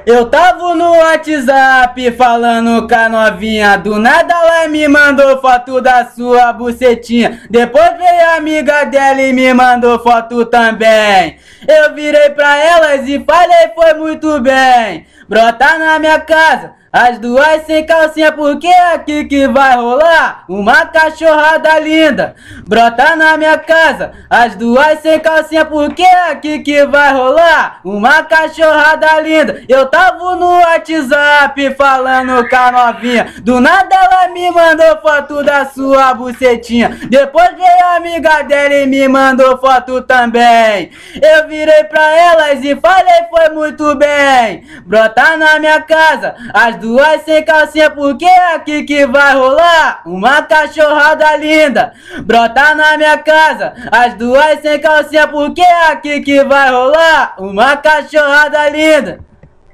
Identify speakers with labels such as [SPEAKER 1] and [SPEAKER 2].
[SPEAKER 1] Eu tava no WhatsApp falando com a novinha, do nada ela me mandou foto da sua bucetinha. Depois veio a amiga dela e me mandou foto também. Eu virei pra elas e falei, foi muito bem. Brota na minha casa, as duas sem calcinha, porque é aqui que vai rolar uma cachorrada linda. Brota na minha casa, as duas sem calcinha, porque é aqui que vai rolar uma cachorrada linda. Eu tava no WhatsApp falando com a novinha, do nada ela me mandou foto da sua bucetinha. Depois veio a amiga dela e me mandou foto também. Eu virei pra elas e falei, foi muito bem. Brota na minha casa, as duas sem calcinha, porque é aqui que vai rolar uma cachorrada linda. Brota na minha casa, as duas sem calcinha, porque é aqui que vai rolar uma cachorrada linda.